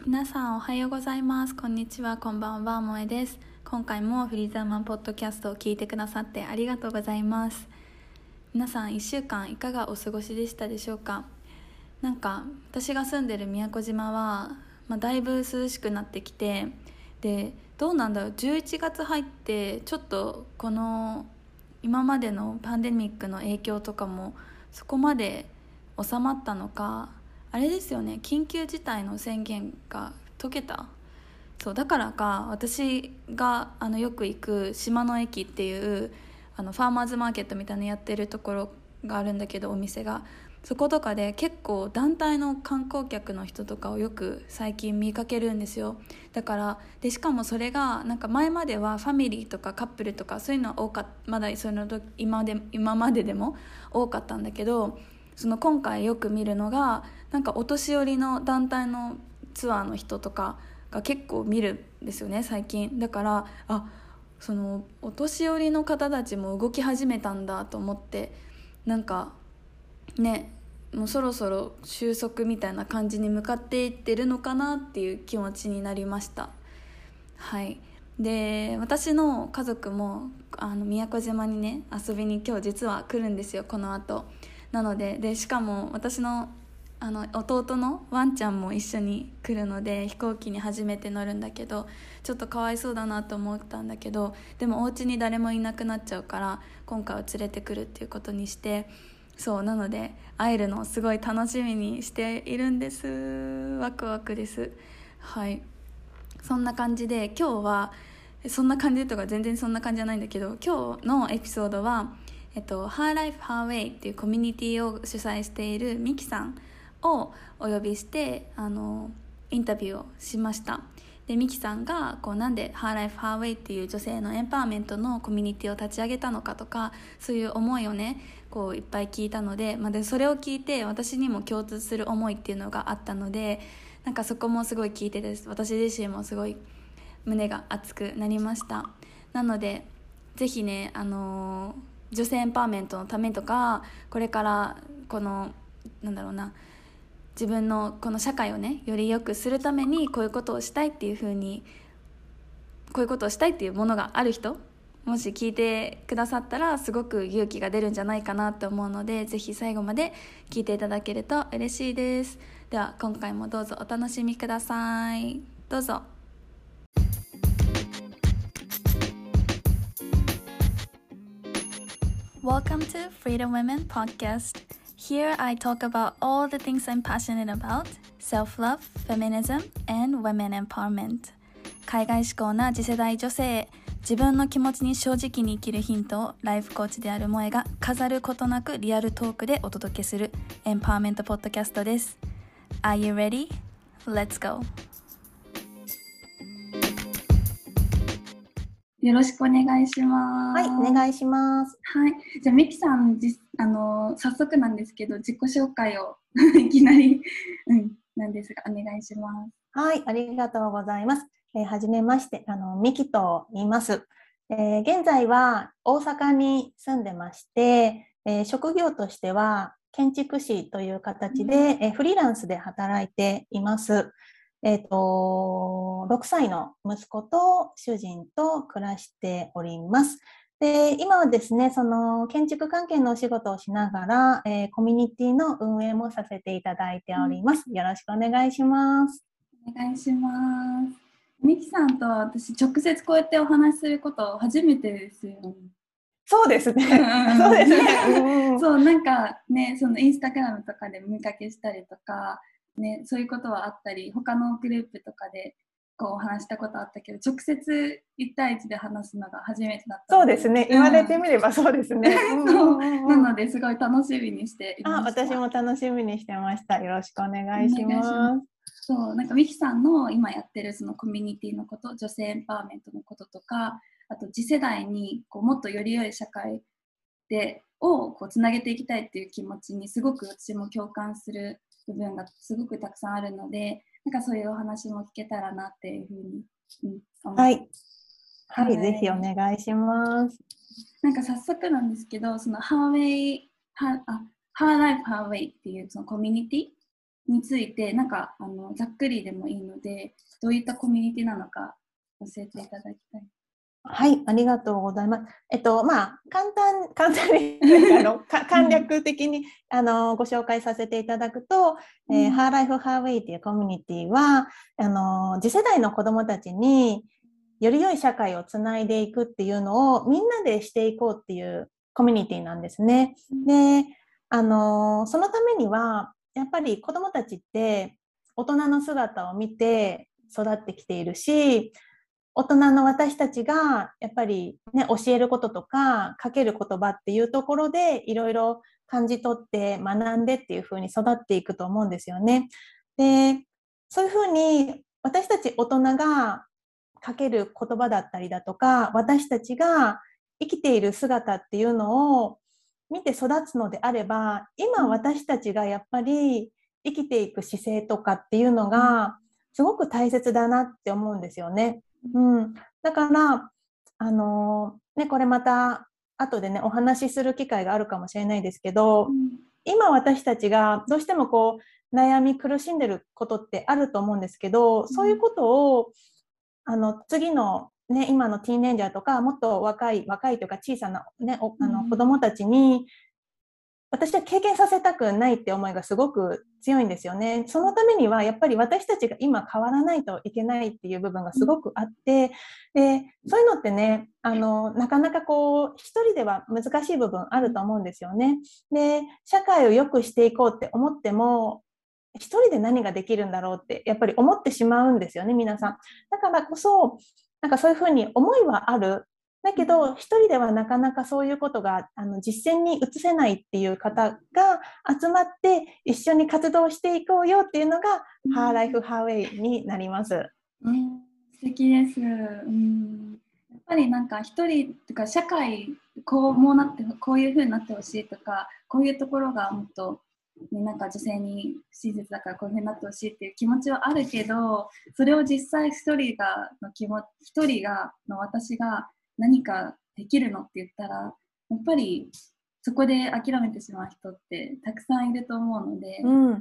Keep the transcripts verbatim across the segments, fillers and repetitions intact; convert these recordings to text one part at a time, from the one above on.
皆さんおはようございます。こんにちは、こんばんは、萌えです。今回もフリーザーマンポッドキャストを聞いてくださってありがとうございます。皆さんいっしゅうかんいかがお過ごしでしたでしょうか。なんか私が住んでる宮古島は、まあ、だいぶ涼しくなってきて、でどうなんだろう、じゅういちがつ入ってちょっとこの今までのパンデミックの影響とかもそこまで収まったのか、あれですよね、緊急事態の宣言が解けた。そうだからか、私があのよく行く島の駅っていうあのファーマーズマーケットみたいなのやってるところがあるんだけど、お店がそことかで結構団体の観光客の人とかをよく最近見かけるんですよ。だからでしかもそれがなんか前まではファミリーとかカップルとかそういうのは多かった、まだそういうの今で今まででも多かったんだけど、その今回よく見るのがなんかお年寄りの団体のツアーの人とかが結構見るんですよね最近。だからあそのお年寄りの方たちも動き始めたんだと思って、なんかね、もうそろそろ収束みたいな感じに向かっていってるのかなっていう気持ちになりました。はい。で私の家族もあの宮古島にね遊びに今日実は来るんですよ、この後。なので、でしかも私のあの弟のワンちゃんも一緒に来るので、飛行機に初めて乗るんだけどちょっとかわいそうだなと思ったんだけど、でもお家に誰もいなくなっちゃうから今回は連れてくるっていうことにして、そうなので会えるのをすごい楽しみにしているんです。ワクワクです。はい。そんな感じで今日は、そんな感じとか全然そんな感じじゃないんだけど、今日のエピソードはえっと、Her Life Her Way っていうコミュニティを主催しているミキさんをお呼びしてあのインタビューをしました。でミキさんがこうなんで Her Life Her Way っていう女性のエンパワーメントのコミュニティを立ち上げたのかとか、そういう思いをねこういっぱい聞いたので、まあ、でそれを聞いて私にも共通する思いっていうのがあったので、なんかそこもすごい聞いてです、私自身もすごい胸が熱くなりました。なのでぜひね、あのー女性エンパワーメントのためとか、これからこのなんだろうな、自分のこの社会をねより良くするためにこういうことをしたいっていう風にこういうことをしたいっていうものがある人、もし聞いてくださったらすごく勇気が出るんじゃないかなと思うので、ぜひ最後まで聞いていただけると嬉しいです。では今回もどうぞお楽しみください。どうぞ。Welcome to Freedom Women Podcast. Here I talk about all the things I'm passionate about: self-love, feminism, and women empowerment. 海外志向な次世代女性へ、自分の気持ちに正直に生きるヒントをライフコーチである萌えが飾ることなくリアルトークでお届けするエンパワーメントポッドキャストです。Are you ready? Let's go! よろしくお願いします。 はい、お願いします。 はい、じゃあミキさん、じあの早速なんですけど自己紹介をいきなり、うん、なんですがお願いします。 はい、ありがとうございます。えー、はじめまして、あのミキと言います。えー、現在は大阪に住んでまして、えー、職業としては建築士という形で、うん、えー、フリーランスで働いています。えーと、ろくさいの息子と主人と暮らしております。で、今はですね、その建築関係のお仕事をしながら、えー、コミュニティの運営もさせていただいております。よろしくお願いします。 お願いします。ミキさんと私直接こうやってお話しすること初めてですよ。 そうですね。そうですね。 そう、なんかね、そのインスタグラムとかで見かけしたりとか、ね、そういうことはあったり、他のグループとかでこうお話したことあったけど、直接いち対いちで話すのが初めてだったそうですね。言われてみればそうですね。 そうなのですごい楽しみにしていました。 あ、私も楽しみにしてました。よろしくお願いします。 そう、なんかミキさんの今やってるそのコミュニティのこと、女性エンパワーメントのこととか、あと次世代にこうもっとより良い社会でをこうつなげていきたいっていう気持ちにすごく私も共感する部分がすごくたくさんあるので、なんかそういうお話も聞けたらなっていうふうに、うん、思って、 はいはい、ぜひお願いします。 なんか早速なんですけど、その Her Way、Her, Her Life Her Way っていうそのコミュニティについてなんかあのざっくりでもいいので、どういったコミュニティなのか教えていただきたい。 はい、ありがとうございます。えっと、まあ、簡単、簡単にあの簡略的にあのご紹介させていただくと、うん、えー、ハーライフハーウェイというコミュニティは、あの次世代の子どもたちにより良い社会をつないでいくっていうのをみんなでしていこうっていうコミュニティなんですね。で、あのそのためにはやっぱり子どもたちって大人の姿を見て育ってきているし、大人の私たちがやっぱりね、教えることとかかける言葉っていうところでいろいろ感じ取って学んでっていう風に育っていくと思うんですよね。で、そういう風に私たち大人がかける言葉だったりだとか、私たちが生きている姿っていうのを見て育つのであれば、今私たちがやっぱり生きていく姿勢とかっていうのがすごく大切だなって思うんですよね。うん、だから、あのー、ね、これまた後でねお話しする機会があるかもしれないですけど、うん、今私たちがどうしてもこう悩み苦しんでることってあると思うんですけど、そういうことをあの次の、ね、今のティーンエイジャーとかもっと若い若いというか小さな、ね、あの子どもたちに私は経験させたくないって思いがすごく強いんですよね。そのためにはやっぱり私たちが今変わらないといけないっていう部分がすごくあって、でそういうのってね、あのなかなかこう一人では難しい部分あると思うんですよね。で社会を良くしていこうって思っても一人で何ができるんだろうってやっぱり思ってしまうんですよね、皆さん。だからこそなんかそういうふうに思いはある。だけど一人ではなかなかそういうことがあの実践に移せないっていう方が集まって一緒に活動していこうよっていうのが、うん、ハーライフハーウェイになります。 うん、素敵です。うん、やっぱりなんか一人とか社会こうもうなってこういう風になってほしいとか、こういうところがもっとなんか女性に不親切だからこういう風になってほしいっていう気持ちはあるけど、それを実際一人がの気持ち一人がの私が何かできるのって言ったらやっぱりそこで諦めてしまう人ってたくさんいると思うので、うんうんうん、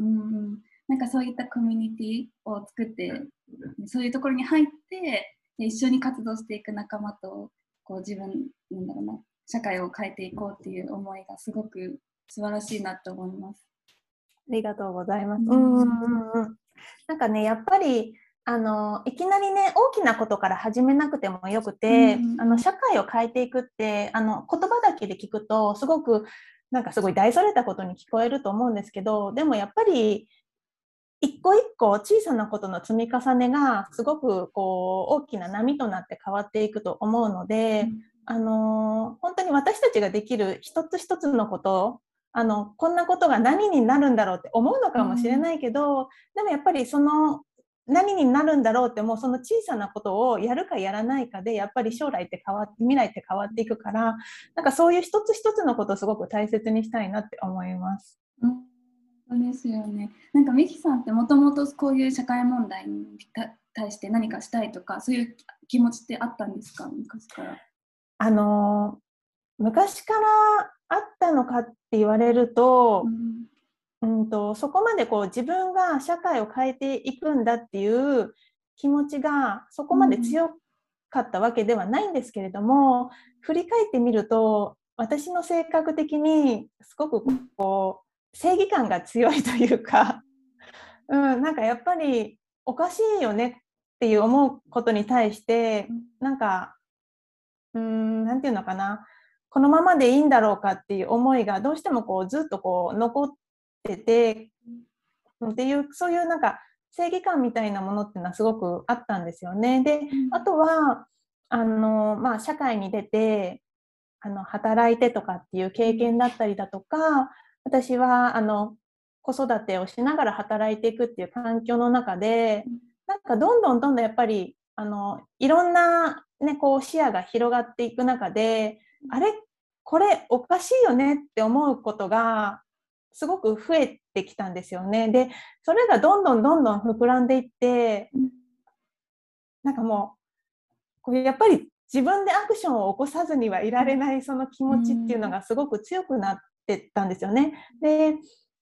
なんかそういったコミュニティを作ってそういうところに入ってで一緒に活動していく仲間とこう自分なんだろうな社会を変えていこうっていう思いがすごく素晴らしいなと思います。 ありがとうございます。うんうんうん、なんかねやっぱりあのいきなりね大きなことから始めなくてもよくて、うん、あの社会を変えていくってあの言葉だけで聞くとすごくなんかすごい大それたことに聞こえると思うんですけど、でもやっぱり一個一個小さなことの積み重ねがすごくこう大きな波となって変わっていくと思うので、うん、あの本当に私たちができる一つ一つのことあのこんなことが何になるんだろうって思うのかもしれないけど、うん、でもやっぱりその何になるんだろうってもうその小さなことをやるかやらないかでやっぱり将来って変わって未来って変わっていくから、なんかそういう一つ一つのことをすごく大切にしたいなって思います。 うん、そうですよね。なんかミキさんってもともとこういう社会問題に対して何かしたいとかそういう気持ちってあったんですか、昔から。 あの昔からあったのかって言われると、うんうんとそこまでこう自分が社会を変えていくんだっていう気持ちがそこまで強かったわけではないんですけれども、振り返ってみると私の性格的にすごくこう正義感が強いというか、うん、なんかやっぱりおかしいよねっていう思うことに対してなんかうーんなんていうのかな、このままでいいんだろうかっていう思いがどうしてもこうずっとこう残っててっていうそういうなんか正義感みたいなものっていうのはすごくあったんですよね。で、あとはあの、まあ、社会に出てあの働いてとかっていう経験だったりだとか、私はあの子育てをしながら働いていくっていう環境の中でなんかどんどんどんどんやっぱりあのいろんな、ね、こう視野が広がっていく中であれこれおかしいよねって思うことがすごく増えてきたんですよね。でそれがどんどんどんどん膨らんでいってなんかもうこれやっぱり自分でアクションを起こさずにはいられないその気持ちっていうのがすごく強くなってったんですよね。で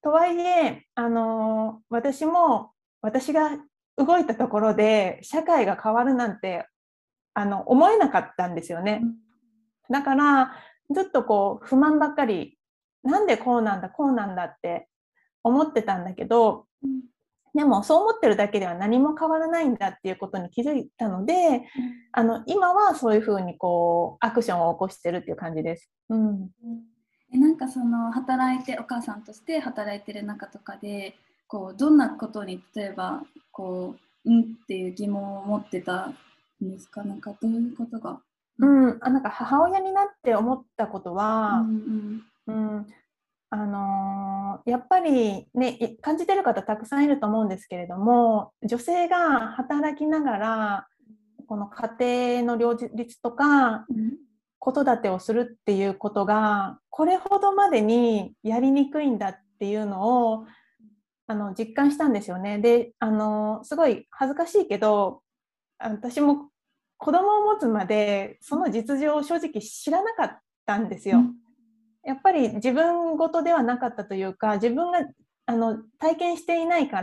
とはいえ、あの私も私が動いたところで社会が変わるなんてあの思えなかったんですよね。だからずっとこう不満ばっかり、なんでこうなんだこうなんだって思ってたんだけど、でもそう思ってるだけでは何も変わらないんだっていうことに気づいたので、あの今はそういうふうにこうアクションを起こしてるっていう感じです。うん、 えなんかその働いてお母さんとして働いてる中とかでこうどんなことに例えばこううんっていう疑問を持ってたんですか？なんかどういうことが、 うん、あなんか母親になって思ったことは、 うんうんうんあのーやっぱりね感じてる方たくさんいると思うんですけれども、女性が働きながらこの家庭の両立とかうん子育てをするっていうことがこれほどまでにやりにくいんだっていうのをあの実感したんですよね。で、あのすごい恥ずかしいけど、私も子供を持つまでその実情を正直知らなかったんですよ。やっぱり自分事ではなかったというか、自分があの体験していないから、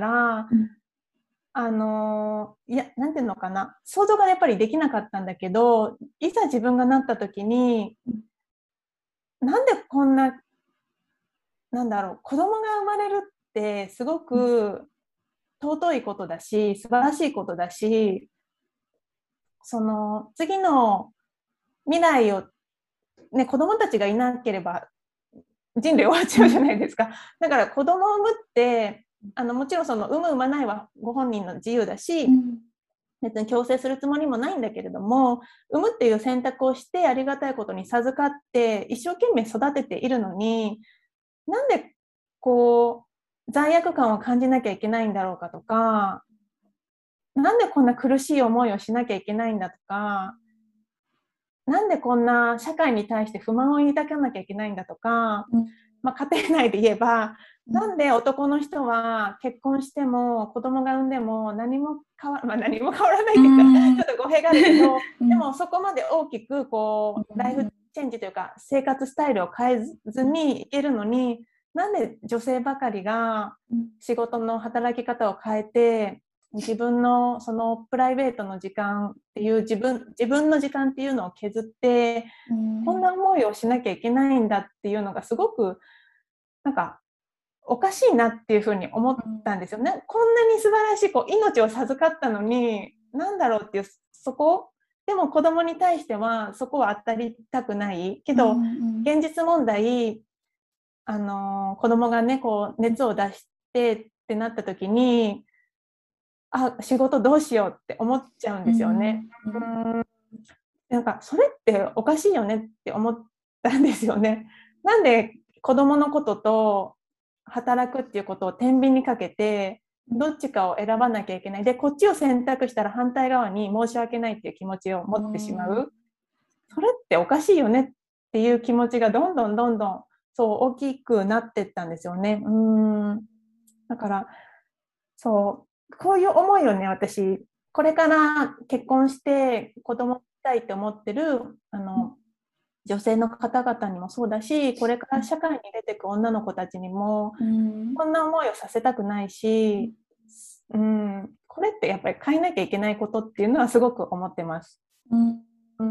うんあのいや、なんていうのかな、想像がやっぱりできなかったんだけど、いざ自分がなった時に、なんでこんな、なんだろう、子供が生まれるってすごく尊いことだし、素晴らしいことだし、その次の未来を、ね、子供たちがいなければ人類終わっちゃうじゃないですか。だから子供を産むってあのもちろんその産む産まないはご本人の自由だし、 うん別に強制するつもりもないんだけれども、産むっていう選択をしてありがたいことに授かって一生懸命育てているのに、なんでこう罪悪感を感じなきゃいけないんだろうかとか、なんでこんな苦しい思いをしなきゃいけないんだとか、なんでこんな社会に対して不満を抱かなきゃいけないんだとか、 うんまあ、家庭内で言えば、なんで男の人は結婚しても子供が産んでも何も変わ、まあ、何も変わらないって言ったらちょっと語弊があるけど、でもそこまで大きくこうライフチェンジというか生活スタイルを変えずにいけるのに、なんで女性ばかりが仕事の働き方を変えて自分のそのプライベートの時間っていう自分自分の時間っていうのを削ってこんな思いをしなきゃいけないんだっていうのがすごくなんかおかしいなっていうふうに思ったんですよね。こんなに素晴らしいこう命を授かったのになんだろうっていう、そこでも子供に対してはそこは当たりたくないけど、現実問題あの子供がねこう熱を出してってなった時に、あ仕事どうしようって思っちゃうんですよね。うんなんかそれっておかしいよねって思ったんですよね。なんで子供のことと働くっていうことを天秤にかけてどっちかを選ばなきゃいけない。でこっちを選択したら反対側に申し訳ないっていう気持ちを持ってしまう。それっておかしいよねっていう気持ちがどんどんどんどんそう大きくなっていったんですよね。うんだからそうこういう思いをね、私これから結婚して子供を持ちたいって思ってるあの女性の方々にもそうだし、これから社会に出てく女の子たちにもこんな思いをさせたくないし、うん、これってやっぱり変えなきゃいけないことっていうのはすごく思ってます。 うんうん、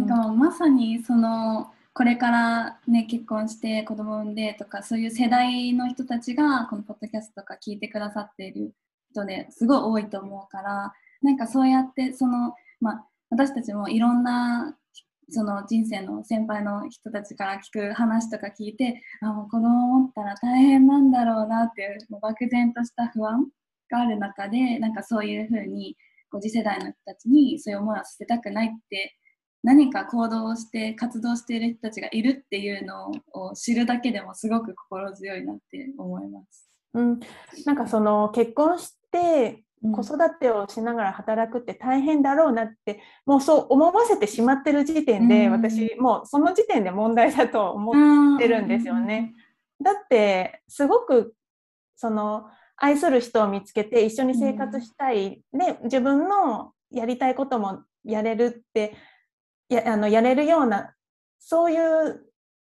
なんかまさにそのこれからね結婚して子供産んでとかそういう世代の人たちがこのポッドキャストとか聞いてくださっている人ですごい多いと思うから、なんかそうやってその、まあ、私たちもいろんなその人生の先輩の人たちから聞く話とか聞いて、あもう子供持ったら大変なんだろうなっていうもう漠然とした不安がある中で、なんかそういうふうにこう次世代の人たちにそういう思いをさせたくないって何か行動をして活動している人たちがいるっていうのを知るだけでもすごく心強いなって思います。 うん、なんかその結婚して子育てをしながら働くって大変だろうなってもうそう思わせてしまってる時点で、私もうその時点で問題だと思ってるんですよね。だってすごくその愛する人を見つけて一緒に生活したい、ね、自分のやりたいこともやれるってやあのやれるようなそういう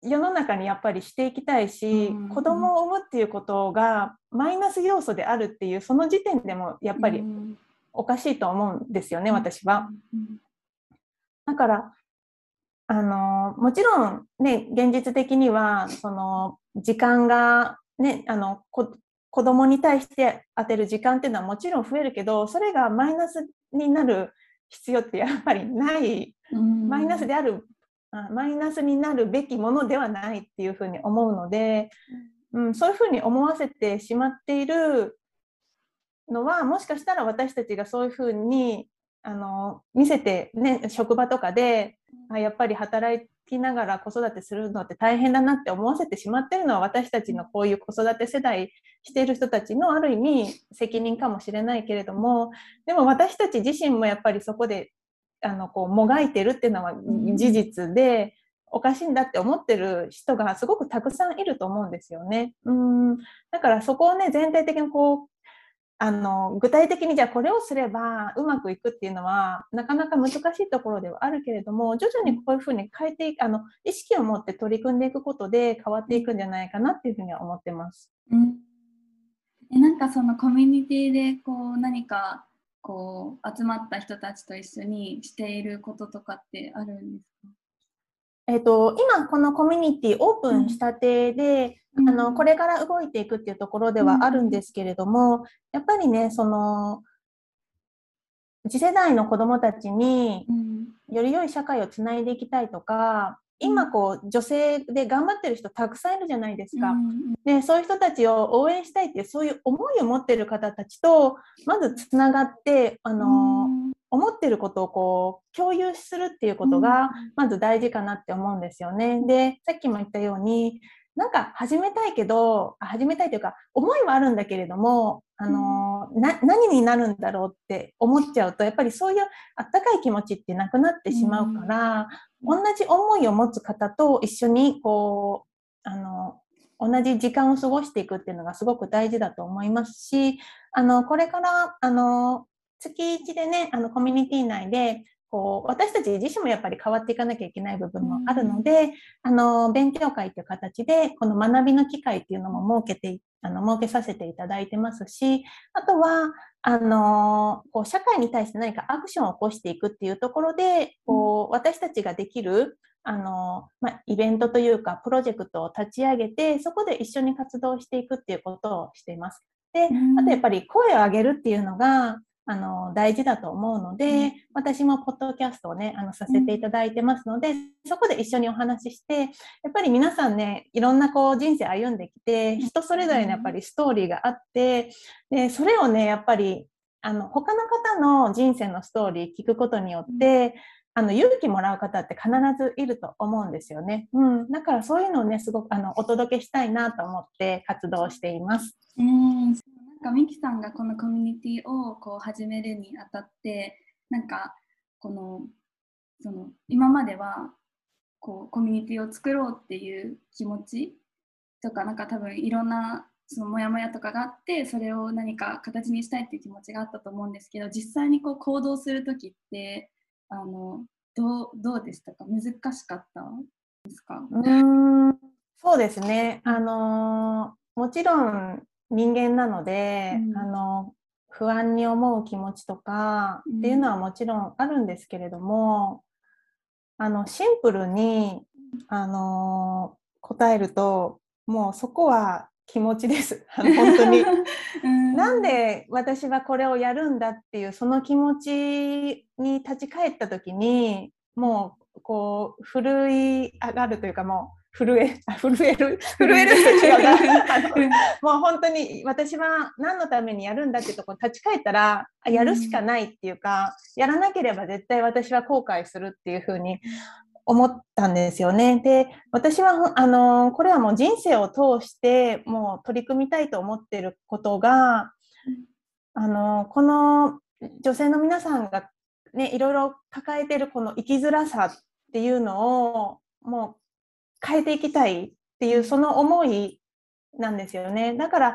世の中にやっぱりしていきたいし、うん、子供を産むっていうことがマイナス要素であるっていうその時点でもやっぱりおかしいと思うんですよね、私は。だからあのもちろんね、現実的にはその時間がね、あのこ子供に対して当てる時間っていうのはもちろん増えるけど、それがマイナスになる必要ってやっぱりない、マイナスであるマイナスになるべきものではないっていうふうに思うので、うん、そういうふうに思わせてしまっているのは、もしかしたら私たちがそういうふうにあの見せて、ね、職場とかで、あ、やっぱり働きながら子育てするのって大変だなって思わせてしまっているのは、私たちのこういう子育て世代している人たちのある意味責任かもしれないけれども、でも私たち自身もやっぱりそこであのこうもがいてるっていうのは事実で、おかしいんだって思ってる人がすごくたくさんいると思うんですよね。うん、だからそこをね、全体的にこうあの具体的にじゃあこれをすればうまくいくっていうのはなかなか難しいところではあるけれども、徐々にこういうふうに変えていく、あの意識を持って取り組んでいくことで変わっていくんじゃないかなっていうふうには思ってます。 うん、えなんかそのコミュニティでこう何かこう集まった人たちと一緒にしていることとかってあるんですか？ えーと、今このコミュニティオープンしたてで、うん、あのこれから動いていくっていうところではあるんですけれども、うん、やっぱりね、その次世代の子どもたちにより良い社会をつないでいきたいとか、今こう女性で頑張ってる人たくさんいるじゃないですか、うん、でそういう人たちを応援したいっていうそういう思いを持ってる方たちとまずつながってあの、うん、思ってることをこう共有するっていうことがまず大事かなって思うんですよね。でさっきも言ったようになんか始めたいけど始めたいというか思いはあるんだけれどもあの、うん、な何になるんだろうって思っちゃうとやっぱりそういうあったかい気持ちってなくなってしまうから、うん、同じ思いを持つ方と一緒にこうあの同じ時間を過ごしていくっていうのがすごく大事だと思いますし、あのこれからあの月いちでねあのコミュニティ内でこう私たち自身もやっぱり変わっていかなきゃいけない部分もあるので、うん、あの勉強会という形でこの学びの機会っていうのも設けてあの設けさせていただいてますし、あとはあのこう社会に対して何かアクションを起こしていくっていうところでこう私たちができるあの、まあ、イベントというかプロジェクトを立ち上げてそこで一緒に活動していくっていうことをしています。で、あとやっぱり声を上げるっていうのがあの大事だと思うので、うん、私もポッドキャストをねあのさせていただいてますので、うん、そこで一緒にお話ししてやっぱり皆さんねいろんなこう人生歩んできて人それぞれのやっぱりストーリーがあってでそれをねやっぱりあの他の方の人生のストーリー聞くことによって、うん、あの勇気もらう方って必ずいると思うんですよね、うん、だからそういうのをねすごくあのお届けしたいなと思って活動しています。 うんなんかミキさんがこのコミュニティをこう始めるにあたってなんかこのその今まではこうコミュニティを作ろうっていう気持ちとかなんか多分いろんなそのモヤモヤとかがあってそれを何か形にしたいっていう気持ちがあったと思うんですけど実際にこう行動する時ってあのどう、どうでしたか？難しかったですか？ うーんそうですね、あのもちろん人間なので、うん、あの不安に思う気持ちとかっていうのはもちろんあるんですけれども、うん、あのシンプルにあの答えるともうそこは気持ちですあの本当に、うん、なんで私はこれをやるんだっていうその気持ちに立ち返った時にもうこう震い上がるというかもう震え、震える震えると違うなもう本当に私は何のためにやるんだっていうところに立ち返ったらやるしかないっていうか、うん、やらなければ絶対私は後悔するっていう風に思ったんですよね。で、私はあのこれはもう人生を通してもう取り組みたいと思っていることが、あのこの女性の皆さんがねいろいろ抱えているこの生きづらさっていうのをもう変えていきたいっていうその思いなんですよね。だから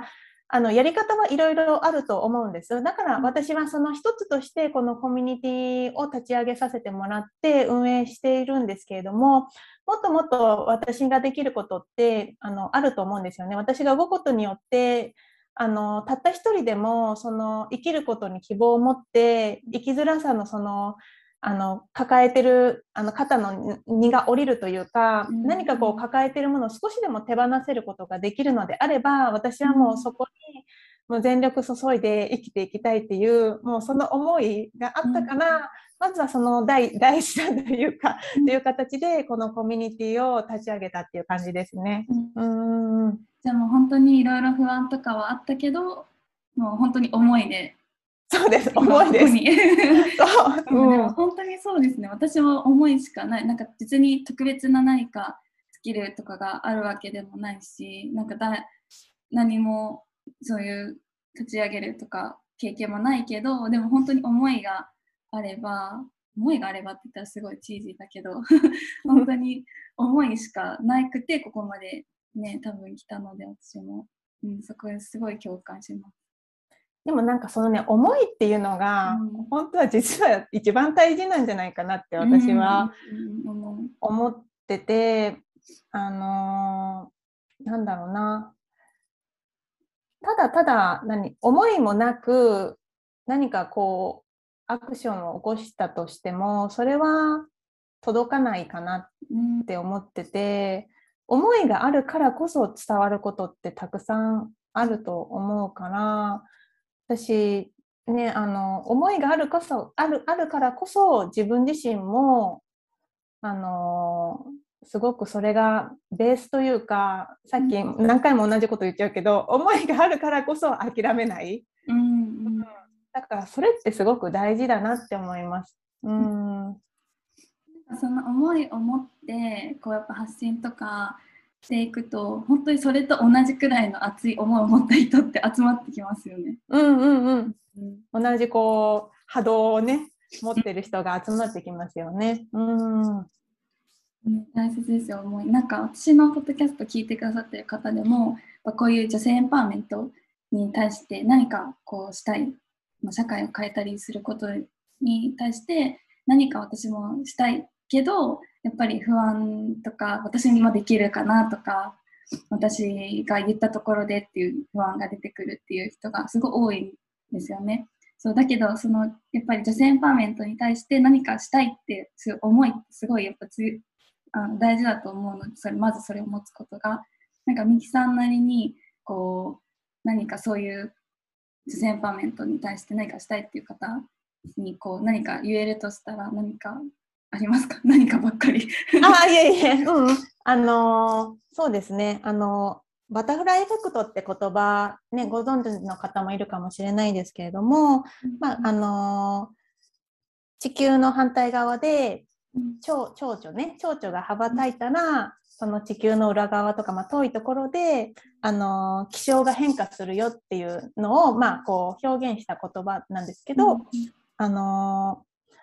あのやり方はいろいろあると思うんです。だから私はその一つとしてこのコミュニティを立ち上げさせてもらって運営しているんですけれども、もっともっと私ができることってあのあると思うんですよね。私が動くことによってあのたった一人でもその生きることに希望を持って生きづらさのそのあの抱えてるあの肩の荷が下りるというか、 うん、 何かこう抱えてるものを少しでも手放せることができるのであれば、私はもうそこにもう全力注いで生きていきたいっていうもうその思いがあったから、うん、まずはその第第一弾というか、うん、という形でこのコミュニティを立ち上げたっていう感じですね。うん、うん、 じゃあもう本当にいろいろ不安とかはあったけど、もう本当に思いで。 そうです、思いです。 そう、うん、でも本当にそうですね。私も思いしかない。なんか別に特別な何かスキルとかがあるわけでもないし、なんかだ何もそういう立ち上げるとか経験もないけど、でも本当に思いがあれば、思いがあればって言ったらすごいチーズだけど、本当に思いしかなくてここまでね、多分来たので私も、うん、そこですごい共感します。 でもなんかそのね、思いっていうのが、うん、本当は実は一番大事なんじゃないかなって私は思ってて、あのー、なんだろうな。ただただ何、思いもなく何かこう、アクションを起こしたとしても、それは届かないかなって思ってて、うん、思いがあるからこそ伝わることってたくさんあると思うから、私ね、あの思いがあるこそあるあるからこそ自分自身もあのすごくそれがベースというか、さっき何回も同じこと言っちゃうけど、思いがあるからこそ諦めない、うんうん、だからそれってすごく大事だなって思います。うん、 その思いを持ってこうやっぱ発信とかしていくと、本当にそれと同じくらいの熱い思いを持った人って集まってきますよね。 うんうんうん。うん、同じこう波動をね持ってる人が集まってきますよね。うん。 大切ですよ。もうなんか私のポッドキャスト聞いてくださってる方でも、こういう女性エンパワーメントに対して何かこうしたい、社会を変えたりすることに対して何か私もしたいけど、やっぱり不安とか、私にもできるかなとか、私が言ったところでっていう不安が出てくるっていう人がすごい多いんですよね。そうだけど、そのやっぱり女性エンパワーメントに対して何かしたいっていう思いってすごいやっぱ強い。あの大事だと思うので、それまずそれを持つことが、なんかミキさんなりにこう何かそういう女性エンパワーメントに対して何かしたいっていう方にこう何か言えるとしたら何かありますか？何かばっかりあ、いえいえ、うん、あのそうですね、あのバタフライエフェクトって言葉、ね、ご存知の方もいるかもしれないですけれども、まああの地球の反対側で蝶々ね、蝶々が羽ばたいたら、その地球の裏側とか、まあ、遠いところであの気象が変化するよっていうのを、まあ、こう表現した言葉なんですけど、あの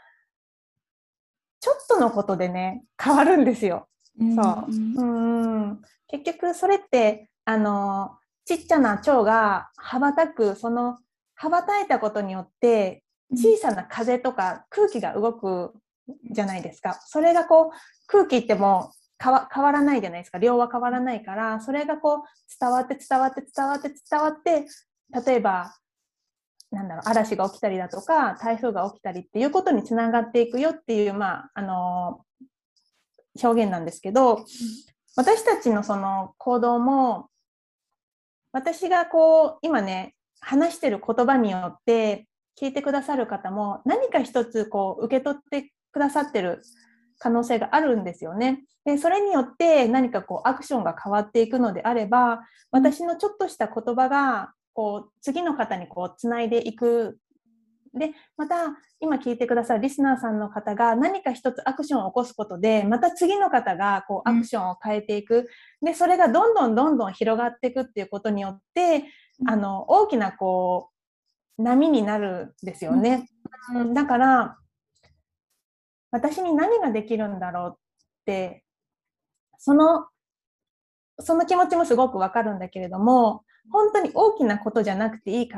ちょっとのことでね変わるんですよ。そう、うん、結局それってあのちっちゃな蝶が羽ばたく、その羽ばたいたことによって小さな風とか空気が動くじゃないですか。それがこう空気っても変 わ, 変わらないじゃないですか。量は変わらないから、それがこう伝わって伝わって伝わって伝わって、例えばなんだろう、嵐が起きたりだとか台風が起きたりっていうことにつながっていくよっていう、まあ、あの表現なんですけど、私たちのその行動も、私がこう今ね話してる言葉によって聞いてくださる方も何か一つこう受け取ってくださってる可能性があるんですよね。でそれによって何かこうアクションが変わっていくのであれば、私のちょっとした言葉がこう次の方にこうつないでいく。でまた今聞いてくださるリスナーさんの方が何か一つアクションを起こすことで、また次の方がこうアクションを変えていく。でそれがどんどんどんどん広がっていくっていうことによって、あの大きなこう波になるんですよね。うん、だから私に何ができるんだろうって、そのその気持ちもすごくわかるんだけれども、 本当に大きなことじゃなくていいから、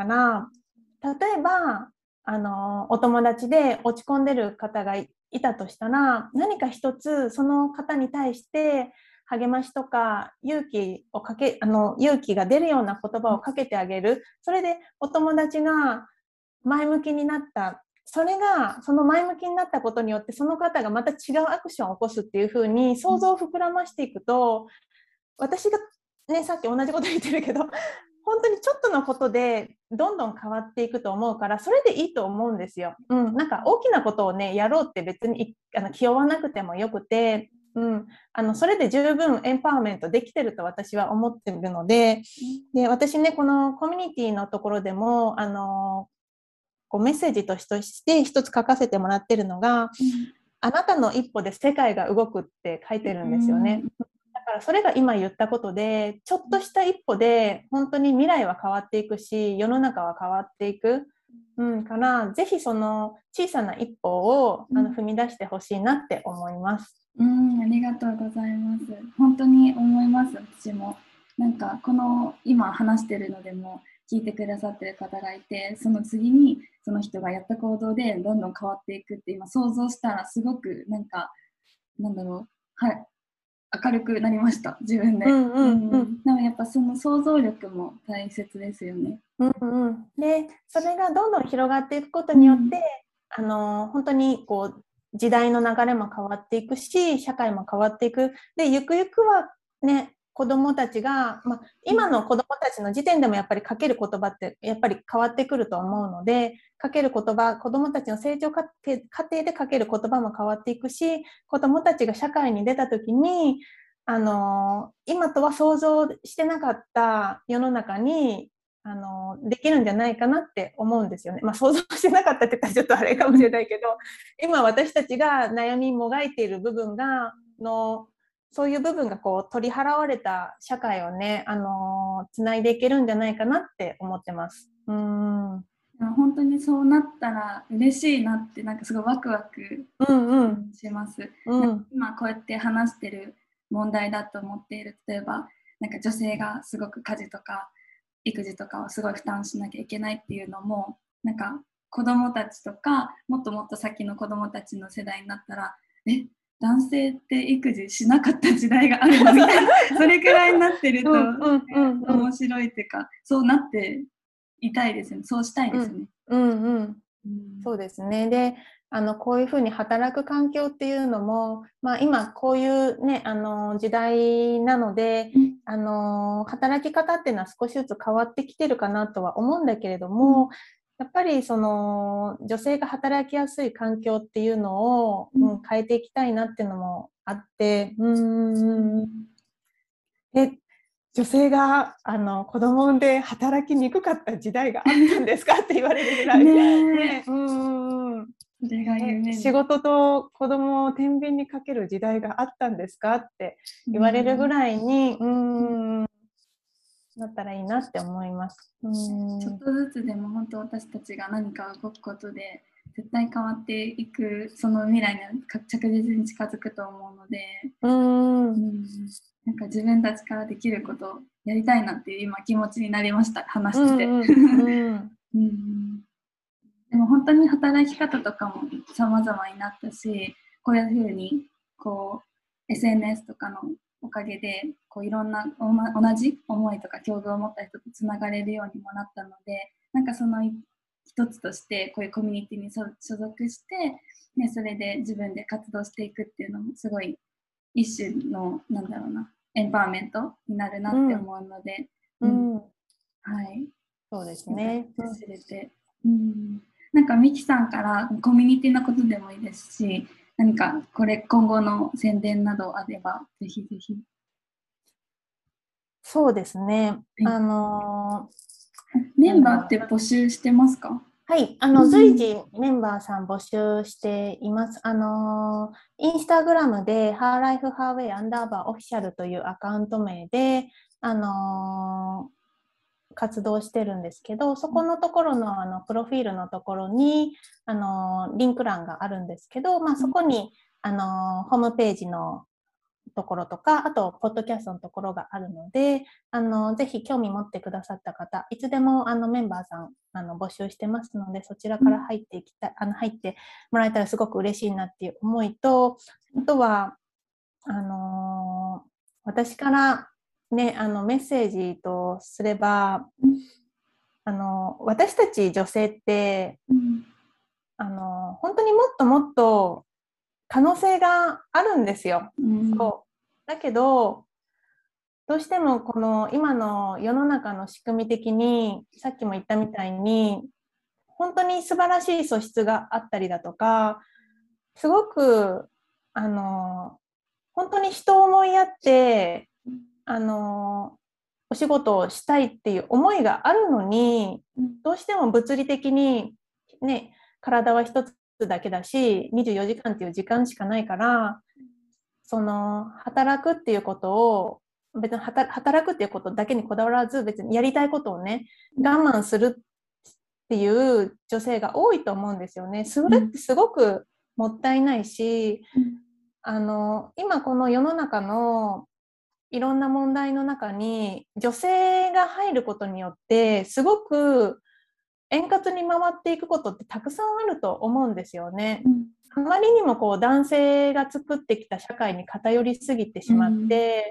例えばあのお友達で落ち込んでる方がいたとしたら、何か一つその方に対して励ましとか勇気をかけあの勇気が出るような言葉をかけてあげる。それでお友達が前向きになった。それがその前向きになったことによってその方がまた違うアクションを起こすっていう風に想像を膨らましていくと、私がね、さっき同じこと言ってるけど、本当にちょっとのことでどんどん変わっていくと思うから、それでいいと思うんですよ。うん、なんか大きなことをねやろうって別にあの気負わなくてもよくて、うん、あのそれで十分エンパワーメントできてると私は思ってるので、で私ねこのコミュニティのところでもあのこうメッセージとして一つ書かせてもらってるのが、うん、あなたの一歩で世界が動くって書いてるんですよね。うん、だからそれが今言ったことで、ちょっとした一歩で本当に未来は変わっていくし、世の中は変わっていく、うん、からぜひその小さな一歩をあの踏み出してほしいなって思います。 うん、ありがとうございます。本当に思います。私もなんかこの今話してるのでも聞いてくださってる方がいて、その次にその人がやった行動でどんどん変わっていくって今想像したらすごくなんかなんだろう、はい、明るくなりました自分で。うんうんうん、でもやっぱその想像力も大切ですよね。 うんうん、でそれがどんどん広がっていくことによって、うん、あの本当にこう時代の流れも変わっていくし、社会も変わっていく。でゆくゆくはね子どもたちが、まあ、今の子どもたちの時点でもやっぱりかける言葉ってやっぱり変わってくると思うので、かける言葉、子どもたちの成長過程、過程でかける言葉も変わっていくし、子どもたちが社会に出た時にあの今とは想像してなかった世の中にあのできるんじゃないかなって思うんですよね。まあ、想像してなかったって言ったらちょっとあれかもしれないけど、今私たちが悩みもがいている部分がのそういう部分がこう取り払われた社会をね、あのつないでいけるんじゃないかなって思ってます。うん、 本当にそうなったら嬉しいなって、なんかすごいワクワクします。うんうん、今こうやって話してる問題だと思っている、例えばなんか女性がすごく家事とか育児とかをすごい負担しなきゃいけないっていうのも、なんか子供たちとかもっともっと先の子供たちの世代になったら、え男性って育児しなかった時代があるのみたいなそれくらいになってると面白いっていうか、そうなっていたいですよね。そうしたいですよね。 うんうんうん、うん、そうですね。であのこういうふうに働く環境っていうのも、まあ、今こういう、ね、あの時代なので、うん、あの働き方っていうのは少しずつ変わってきてるかなとは思うんだけれども、うん、やっぱりその女性が働きやすい環境っていうのを、うん、変えていきたいなっていうのもあって、うん、で女性があの子供産んで働きにくかった時代があったんですかって言われるぐらいね、うん、仕事と子供を天秤にかける時代があったんですかって言われるぐらいに、うん、なったらいいなって思います。うん、 ちょっとずつでも本当私たちが何か動くことで絶対変わっていく、その未来に着実に近づくと思うので、うん、うん、なんか自分たちからできることをやりたいなっていう今気持ちになりました、話してて。うんうんうん、でも本当に働き方とかも様々になったし、こういうふうにこう エスエヌエス とかのおかげでこういろんな同じ思いとか境遇を持った人とつながれるようにもなったので、なんかその一つとしてこういうコミュニティに所属して、ね、それで自分で活動していくっていうのもすごい一種のなんだろうなエンパワーメントになるなって思うので、うんうん、はい、 そうですね。 知れて、うん、なんかミキさんからコミュニティのことでもいいですし、何かこれ今後の宣伝などあればぜひぜひ。 そうですね。はい、あのー、メンバーって募集してますか？ はい、あの随時メンバーさん募集しています。あのインスタグラムで ハーライフハーウェイアンダーバーオフィシャルというアカウント名であの活動してるんですけど、そこのところのあのプロフィールのところにあのリンク欄があるんですけど、まあ、そこにあのホームページのところとか、あと、ポッドキャストのところがあるので、あの、ぜひ興味持ってくださった方、いつでもあのメンバーさんあの募集してますので、そちらから入っていきたい、あの、入ってもらえたらすごく嬉しいなっていう思いと、あとは、あのー私からね、あの、メッセージとすれば、あの、私たち女性って、あの、本当にもっともっと可能性があるんですよ。 うん、 そうだけど、どうしてもこの今の世の中の仕組み的に、さっきも言ったみたいに、本当に素晴らしい素質があったりだとか、すごく、あの、本当に人を思いやって、あの、お仕事をしたいっていう思いがあるのに、どうしても物理的にね、体は一つだけだし、にじゅうよじかんっていう時間しかないから、その、働くっていうことを、別に働くっていうことだけにこだわらず、別にやりたいことをね、我慢するっていう女性が多いと思うんですよね。それってすごくもったいないし、あの、今この世の中のいろんな問題の中に女性が入ることによってすごく円滑に回っていくことってたくさんあると思うんですよね。あまりにもこう男性が作ってきた社会に偏りすぎてしまって、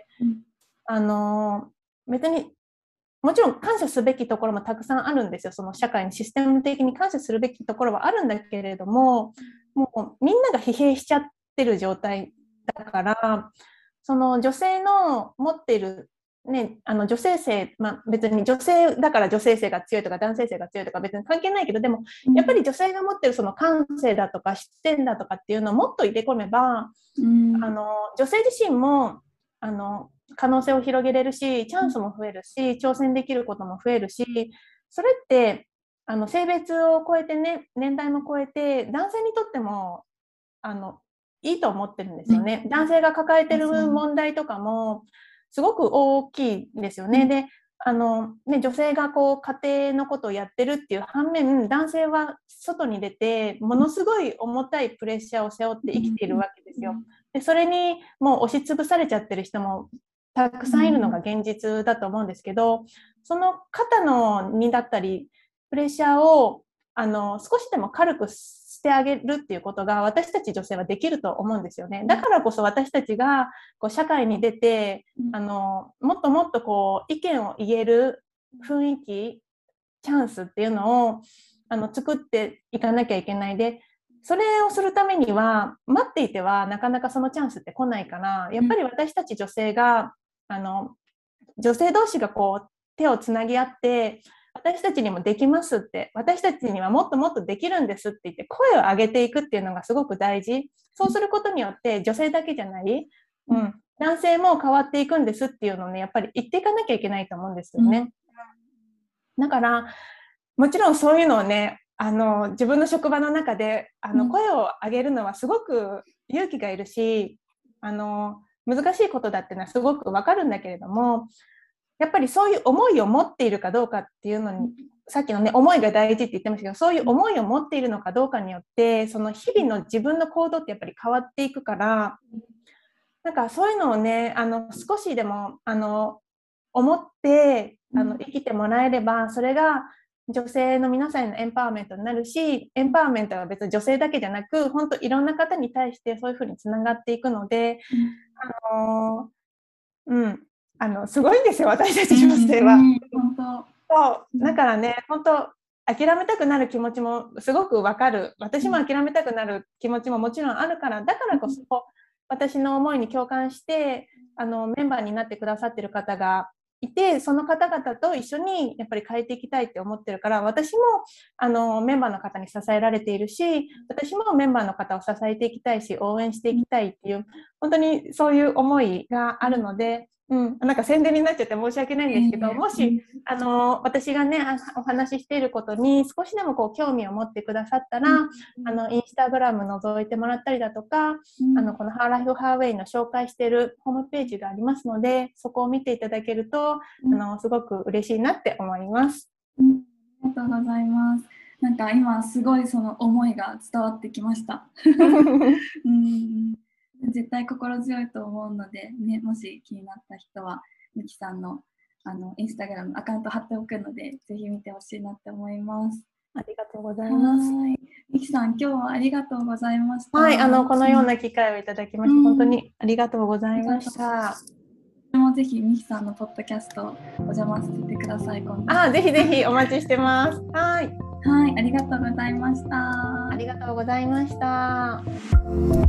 あの、別にもちろん感謝すべきところもたくさんあるんですよ。その社会にシステム的に感謝するべきところはあるんだけれども、もうみんなが疲弊しちゃってる状態だから、その女性の持っている、ね、あの女性性、まあ、別に女性だから女性性が強いとか男性性が強いとか別に関係ないけど、でもやっぱり女性が持っているその感性だとか視点だとかっていうのをもっと入れ込めば、うん、あの女性自身もあの可能性を広げれるし、チャンスも増えるし、挑戦できることも増えるし、それってあの性別を超えてね、年代も超えて男性にとってもあのいいと思ってるんですよね。男性が抱えてる問題とかもすごく大きいんですよね。で、あのね、女性がこう家庭のことをやってるっていう反面、男性は外に出てものすごい重たいプレッシャーを背負って生きているわけですよ。で、それにもう押しつぶされちゃってる人もたくさんいるのが現実だと思うんですけど、その肩の荷だったりプレッシャーをあの少しでも軽くしてあげるっていうことが私たち女性はできると思うんですよね。だからこそ私たちがこう社会に出てあのもっともっとこう意見を言える雰囲気、チャンスっていうのをあの作っていかなきゃいけないで、それをするためには待っていてはなかなかそのチャンスって来ないから、やっぱり私たち女性があの女性同士がこう手をつなぎ合って私たちにもできますって、私たちにはもっともっとできるんですって言って声を上げていくっていうのがすごく大事。そうすることによって女性だけじゃない、うん、男性も変わっていくんですっていうのをね、やっぱり言っていかなきゃいけないと思うんですよね。だからもちろんそういうのをね、あの自分の職場の中であの声を上げるのはすごく勇気がいるし、あの難しいことだっていうのはすごくわかるんだけれども、やっぱりそういう思いを持っているかどうかっていうのに、さっきのね、思いが大事って言ってましたけど、そういう思いを持っているのかどうかによって、その日々の自分の行動ってやっぱり変わっていくから、なんかそういうのをね、あの少しでもあの思ってあの生きてもらえれば、それが女性の皆さんへのエンパワーメントになるし、エンパワーメントは別に女性だけじゃなく、本当いろんな方に対してそういうふうにつながっていくので、あのうん、あのすごいんですよ、私たち女性は。本当そうだからね、本当諦めたくなる気持ちもすごくわかる。私も諦めたくなる気持ちももちろんあるから、だからこそ私の思いに共感してあのメンバーになってくださってる方がいて、その方々と一緒にやっぱり変えていきたいって思ってるから、私もあのメンバーの方に支えられているし、私もメンバーの方を支えていきたいし、応援していきたいっていう、本当にそういう思いがあるので、うん、なんか宣伝になっちゃって申し訳ないんですけど、もしあの私がねお話ししていることに少しでもこう興味を持ってくださったら、うん、あのインスタグラム覗いてもらったりだとか、うん、あのこのハーライフハーウェイの紹介しているホームページがありますので、そこを見ていただけると、うん、あのすごく嬉しいなって思います、 うん、ありがとうございます。なんか今すごいその思いが伝わってきました、うん、 絶対心強いと思うので、ね、もし気になった人はミキさんのあのインスタグラムアカウント貼っておくので、ぜひ見てほしいなって思います。 ありがとうございます。 はい、ミキさん、今日はありがとうございました。 はい、あのこのような機会をいただきまして、うん、本当にありがとうございました。 もぜひミキさんのポッドキャストお邪魔させてください。今度あ、ぜひぜひお待ちしてます。はい、 はい、ありがとうございました。 ありがとうございました。